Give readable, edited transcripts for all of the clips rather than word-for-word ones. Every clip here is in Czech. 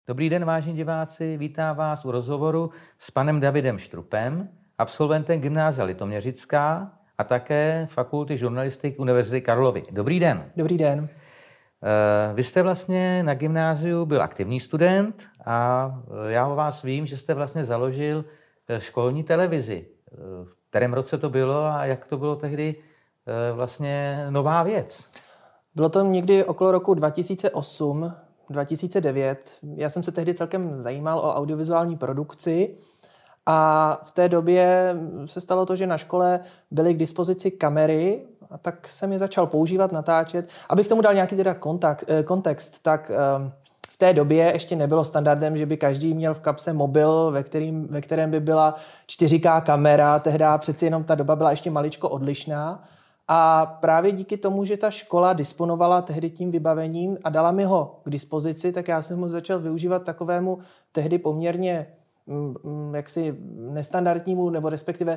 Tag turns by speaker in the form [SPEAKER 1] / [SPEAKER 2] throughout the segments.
[SPEAKER 1] Dobrý den, vážení diváci, vítám vás u rozhovoru s panem Davidem Štrupem, absolventem Gymnázia Litoměřická a také Fakulty žurnalistiky Univerzity Karlovy. Dobrý den.
[SPEAKER 2] Dobrý den.
[SPEAKER 1] Vy jste vlastně na gymnáziu byl aktivní student a já o vás vím, že jste vlastně založil školní televizi. V kterém roce to bylo a jak to bylo tehdy vlastně nová věc?
[SPEAKER 2] Bylo to někdy okolo roku 2008, 2009. Já jsem se tehdy celkem zajímal o audiovizuální produkci a v té době se stalo to, že na škole byly k dispozici kamery a tak jsem je začal používat, natáčet. Abych tomu dal nějaký teda kontext, tak v té době ještě nebylo standardem, že by každý měl v kapse mobil, ve kterém by byla 4K kamera. Tehdy přeci jenom ta doba byla ještě maličko odlišná. A právě díky tomu, že ta škola disponovala tehdy tím vybavením a dala mi ho k dispozici, tak já jsem ho začal využívat takovému tehdy poměrně jaksi nestandardnímu nebo respektive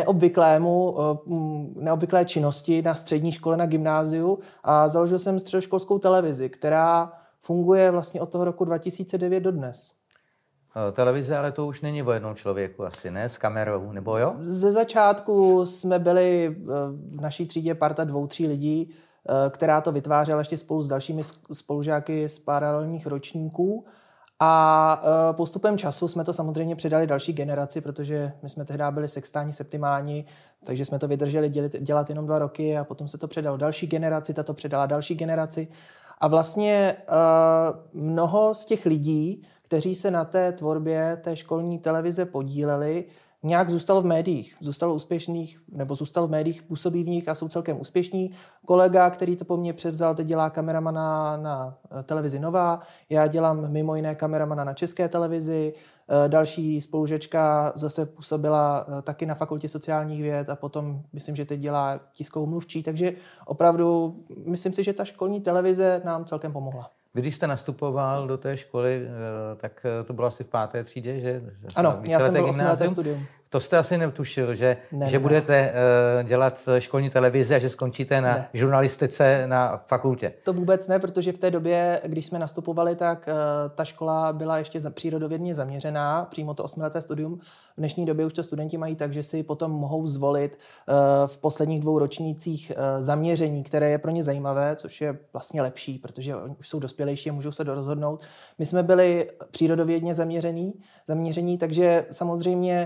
[SPEAKER 2] neobvyklé činnosti na střední škole, na gymnáziu a založil jsem středoškolskou televizi, která funguje vlastně od toho roku 2009 do dnes.
[SPEAKER 1] Televize, ale to už není o jednom člověku asi, ne? S kamerou, nebo jo?
[SPEAKER 2] Ze začátku jsme byli v naší třídě parta 2-3 lidí, která to vytvářela ještě spolu s dalšími spolužáky z paralelních ročníků. A postupem času jsme to samozřejmě předali další generaci, protože my jsme tehdy byli sextáni, septimáni, takže jsme to vydrželi dělat jenom 2 roky a potom se to předalo další generaci, ta to předala další generaci. A vlastně mnoho z těch lidí, kteří se na té tvorbě té školní televize podíleli, nějak zůstalo v médiích. Zůstal v médiích, působí v nich a jsou celkem úspěšní. Kolega, který to po mně převzal, teď dělá kameramana na televizi Nová. Já dělám mimo jiné kameramana na České televizi. Další spolužečka zase působila taky na Fakultě sociálních věd a potom myslím, že teď dělá tiskovou mluvčí. Takže opravdu myslím si, že ta školní televize nám celkem pomohla.
[SPEAKER 1] Vy, když jste nastupoval do té školy, tak to bylo asi v 5. třídě, že?
[SPEAKER 2] Ano, já jsem byl 8leté studium.
[SPEAKER 1] To jste asi netušil, že budete dělat školní televizi a že skončíte na žurnalistice na fakultě.
[SPEAKER 2] To vůbec ne, protože v té době, když jsme nastupovali, tak ta škola byla ještě přírodovědně zaměřená, přímo to 8leté studium. V dnešní době už to studenti mají tak, že si potom mohou zvolit v posledních 2 ročnících zaměření, které je pro ně zajímavé, což je vlastně lepší, protože už jsou dospělejší a můžou se rozhodnout. My jsme byli přírodovědně zaměření, takže samozřejmě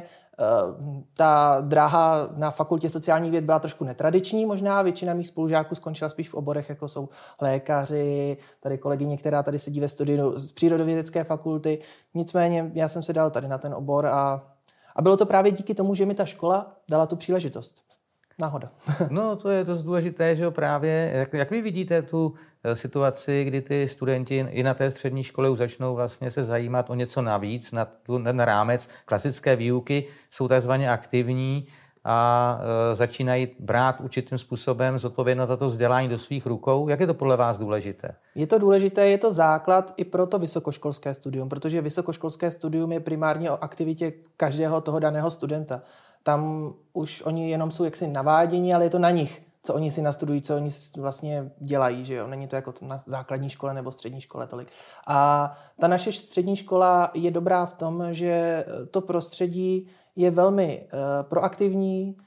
[SPEAKER 2] ta dráha na Fakultě sociálních věd byla trošku netradiční možná. Většina mých spolužáků skončila spíš v oborech, jako jsou lékaři, tady kolegyně, která tady sedí ve studiu z přírodovědecké fakulty. Nicméně já jsem se dal tady na ten obor a bylo to právě díky tomu, že mi ta škola dala tu příležitost. Náhoda.
[SPEAKER 1] No, to je dost důležité, že jo, právě. Jak vy vidíte tu situaci, kdy ty studenti i na té střední škole už začnou vlastně se zajímat o něco navíc, na rámec klasické výuky, jsou takzvaně aktivní a začínají brát určitým způsobem zodpovědnost za to vzdělání do svých rukou. Jak je to podle vás důležité?
[SPEAKER 2] Je to důležité, je to základ i pro to vysokoškolské studium, protože vysokoškolské studium je primárně o aktivitě každého toho daného studenta. Tam už oni jenom jsou jaksi naváděni, ale je to na nich, co oni si nastudují, co oni vlastně dělají, že jo? Není to jako na základní škole nebo střední škole tolik. A ta naše střední škola je dobrá v tom, že to prostředí je velmi proaktivní,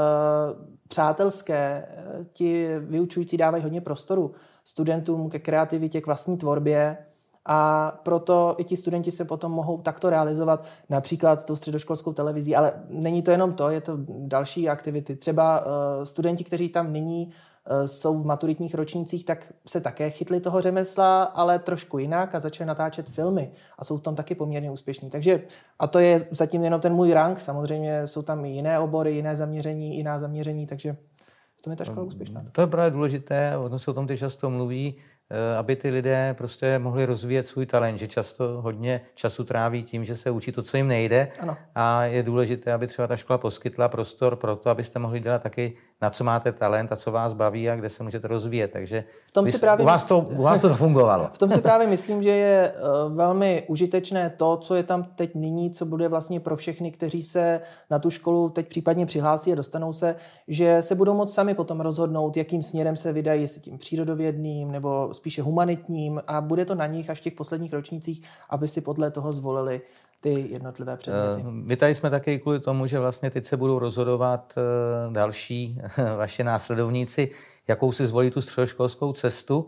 [SPEAKER 2] přátelské. Ti vyučující dávají hodně prostoru studentům ke kreativitě, k vlastní tvorbě. A proto i ti studenti se potom mohou takto realizovat například tou středoškolskou televizí, ale není to jenom to, je to další aktivity. Třeba studenti, kteří tam nyní jsou v maturitních ročnících, tak se také chytli toho řemesla, ale trošku jinak a začali natáčet filmy a jsou v tom taky poměrně úspěšní. Takže, a to je zatím jenom ten můj rank, samozřejmě jsou tam i jiné obory, jiná zaměření, takže v tom je ta škola úspěšná.
[SPEAKER 1] To je právě důležité, ono se o tom teď často mluví, aby ty lidé prostě mohli rozvíjet svůj talent, že často hodně času tráví tím, že se učí to, co jim nejde.
[SPEAKER 2] Ano.
[SPEAKER 1] A je důležité, aby třeba ta škola poskytla prostor pro to, abyste mohli dělat taky, na co máte talent a co vás baví a kde se můžete rozvíjet. Takže u vás to fungovalo.
[SPEAKER 2] V tom si právě myslím, že je velmi užitečné to, co je tam teď nyní, co bude vlastně pro všechny, kteří se na tu školu teď případně přihlásí a dostanou se, že se budou moct sami potom rozhodnout, jakým směrem se vydají, jestli tím přírodovědným nebo spíše humanitním a bude to na nich až v těch posledních ročnících, aby si podle toho zvolili ty jednotlivé předměty.
[SPEAKER 1] My tady jsme taky kvůli tomu, že vlastně teď se budou rozhodovat další vaši následovníci, jakou si zvolí tu středoškolskou cestu.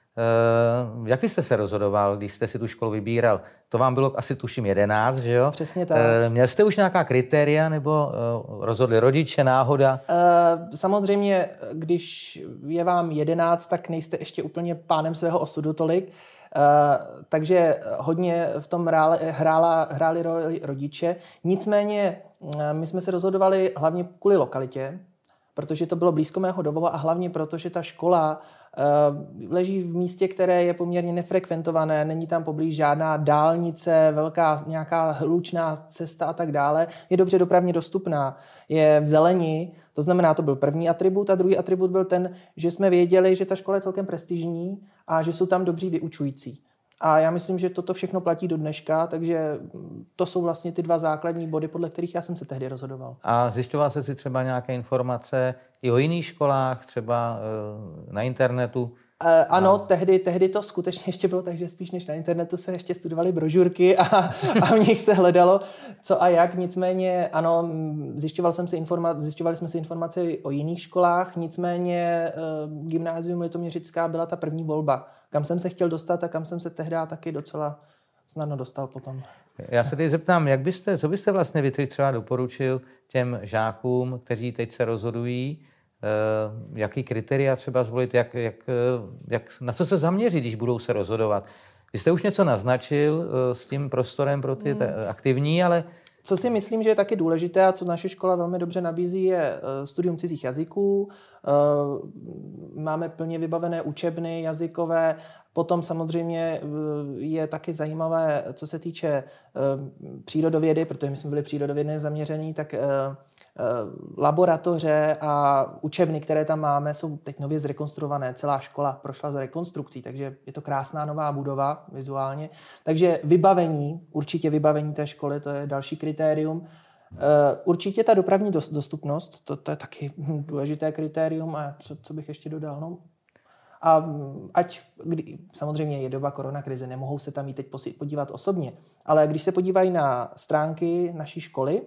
[SPEAKER 1] Jak vy jste se rozhodoval, když jste si tu školu vybíral? To vám bylo asi tuším 11, že jo?
[SPEAKER 2] Přesně tak.
[SPEAKER 1] Měl jste už nějaká kritéria nebo rozhodli rodiče, náhoda?
[SPEAKER 2] Samozřejmě, když je vám 11, tak nejste ještě úplně pánem svého osudu tolik. Takže hodně v tom hráli roli rodiče. Nicméně my jsme se rozhodovali hlavně kvůli lokalitě, protože to bylo blízko mého domova a hlavně proto, že ta škola leží v místě, které je poměrně nefrekventované, není tam poblíž žádná dálnice, velká nějaká hlučná cesta a tak dále. Je dobře dopravně dostupná, je v zeleni, to znamená, to byl první atribut a druhý atribut byl ten, že jsme věděli, že ta škola je celkem prestižní a že jsou tam dobří vyučující. A já myslím, že toto všechno platí do dneška, takže to jsou vlastně ty dva základní body, podle kterých já jsem se tehdy rozhodoval.
[SPEAKER 1] A zjišťoval jsi si třeba nějaké informace i o jiných školách, třeba na internetu?
[SPEAKER 2] Ano, tehdy to skutečně ještě bylo tak, že spíš než na internetu se ještě studovaly brožurky a v nich se hledalo co a jak. Nicméně ano, zjišťovali jsme si informace o jiných školách, nicméně Gymnázium Litoměřická byla ta první volba, kam jsem se chtěl dostat a kam jsem se tehdy taky docela snadno dostal potom.
[SPEAKER 1] Já se teď zeptám, co byste vlastně vy třeba doporučil těm žákům, kteří teď se rozhodují, jaký kritéria třeba zvolit, na co se zaměřit, když budou se rozhodovat. Vy jste už něco naznačil s tím prostorem pro ty aktivní, ale...
[SPEAKER 2] Co si myslím, že je taky důležité a co naše škola velmi dobře nabízí, je studium cizích jazyků. Máme plně vybavené učebny jazykové. Potom samozřejmě je taky zajímavé, co se týče přírodovědy, protože my jsme byli přírodovědně zaměření, tak laboratoře a učebny, které tam máme, jsou teď nově zrekonstruované. Celá škola prošla z rekonstrukcí, takže je to krásná nová budova vizuálně. Takže určitě vybavení té školy, to je další kritérium. Určitě ta dopravní dostupnost, to je taky důležité kritérium. A co bych ještě dodal? No. A samozřejmě je doba koronakrize, nemohou se tam jít teď podívat osobně, ale když se podívají na stránky naší školy,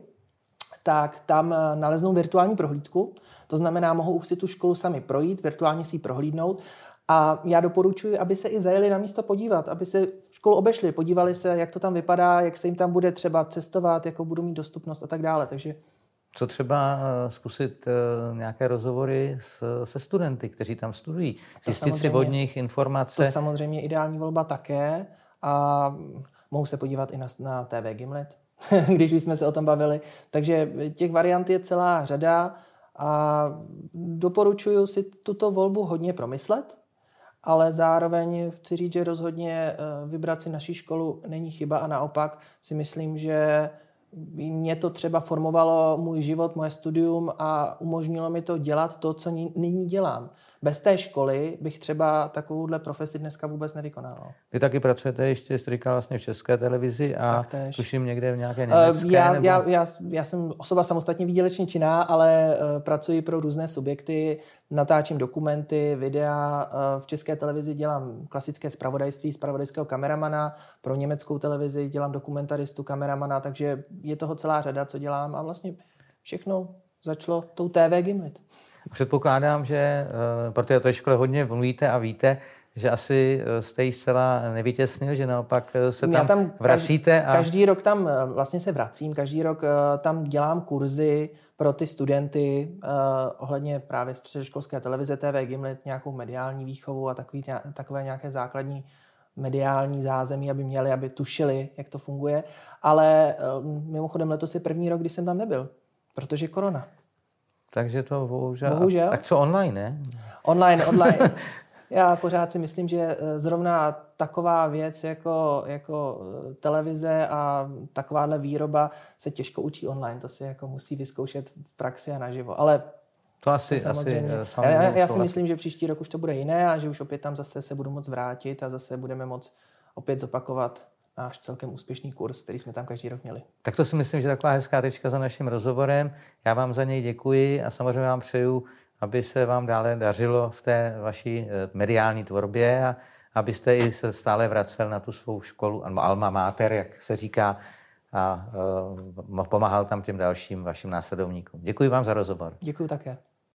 [SPEAKER 2] tak tam naleznou virtuální prohlídku. To znamená, mohou si tu školu sami projít, virtuálně si ji prohlídnout. A já doporučuji, aby se i zajeli na místo podívat, aby se školu obešli, podívali se, jak to tam vypadá, jak se jim tam bude třeba cestovat, jakou budou mít dostupnost a tak dále. Takže
[SPEAKER 1] co třeba zkusit nějaké rozhovory se studenty, kteří tam studují? Zjistit si od nich informace?
[SPEAKER 2] To samozřejmě ideální volba také a mohou se podívat i na TV Gimlet, když jsme se o tom bavili. Takže těch variant je celá řada a doporučuji si tuto volbu hodně promyslet, ale zároveň chci říct, že rozhodně vybrat si naši školu není chyba a naopak si myslím, že mě to třeba formovalo můj život, moje studium a umožnilo mi to dělat to, co nyní dělám. Bez té školy bych třeba takovouhle profesi dneska vůbec nevykonával.
[SPEAKER 1] Vy taky pracujete ještě, jste říkal, vlastně v České televizi a tuším někde v nějaké německé?
[SPEAKER 2] Já jsem osoba samostatně výdělečně činná, ale pracuji pro různé subjekty, natáčím dokumenty, videa. V České televizi dělám klasické zpravodajství, zpravodajského kameramana, pro německou televizi dělám dokumentaristu, kameramana, takže je toho celá řada, co dělám a vlastně všechno začalo tou TV Gimlet.
[SPEAKER 1] Předpokládám, že protože o té škole hodně mluvíte a víte, že asi jste ji zcela nevytěsnil, že naopak se tam vracíte.
[SPEAKER 2] Každý rok tam vlastně se vracím, každý rok tam dělám kurzy pro ty studenty ohledně právě středoškolské televize, TV Gimlet, nějakou mediální výchovu a takové nějaké základní mediální zázemí, aby měli, aby tušili, jak to funguje. Ale mimochodem letos je první rok, kdy jsem tam nebyl, protože korona.
[SPEAKER 1] Takže to bohužel. Tak co online, ne?
[SPEAKER 2] Online. Já pořád si myslím, že zrovna taková věc jako televize a takováhle výroba se těžko učí online. To si jako musí vyzkoušet v praxi a naživo. Ale
[SPEAKER 1] to asi
[SPEAKER 2] já si myslím, že příští rok už to bude jiné a že už opět tam zase se budu moc vrátit a zase budeme moc opět zopakovat náš celkem úspěšný kurz, který jsme tam každý rok měli.
[SPEAKER 1] Tak to si myslím, že taková hezká tečka za naším rozhovorem. Já vám za něj děkuji a samozřejmě vám přeju, aby se vám dále dařilo v té vaší mediální tvorbě abyste i se stále vracel na tu svou školu, alma mater, jak se říká, a pomáhal tam těm dalším vašim následovníkům. Děkuji vám za rozhovor.
[SPEAKER 2] Děkuji také.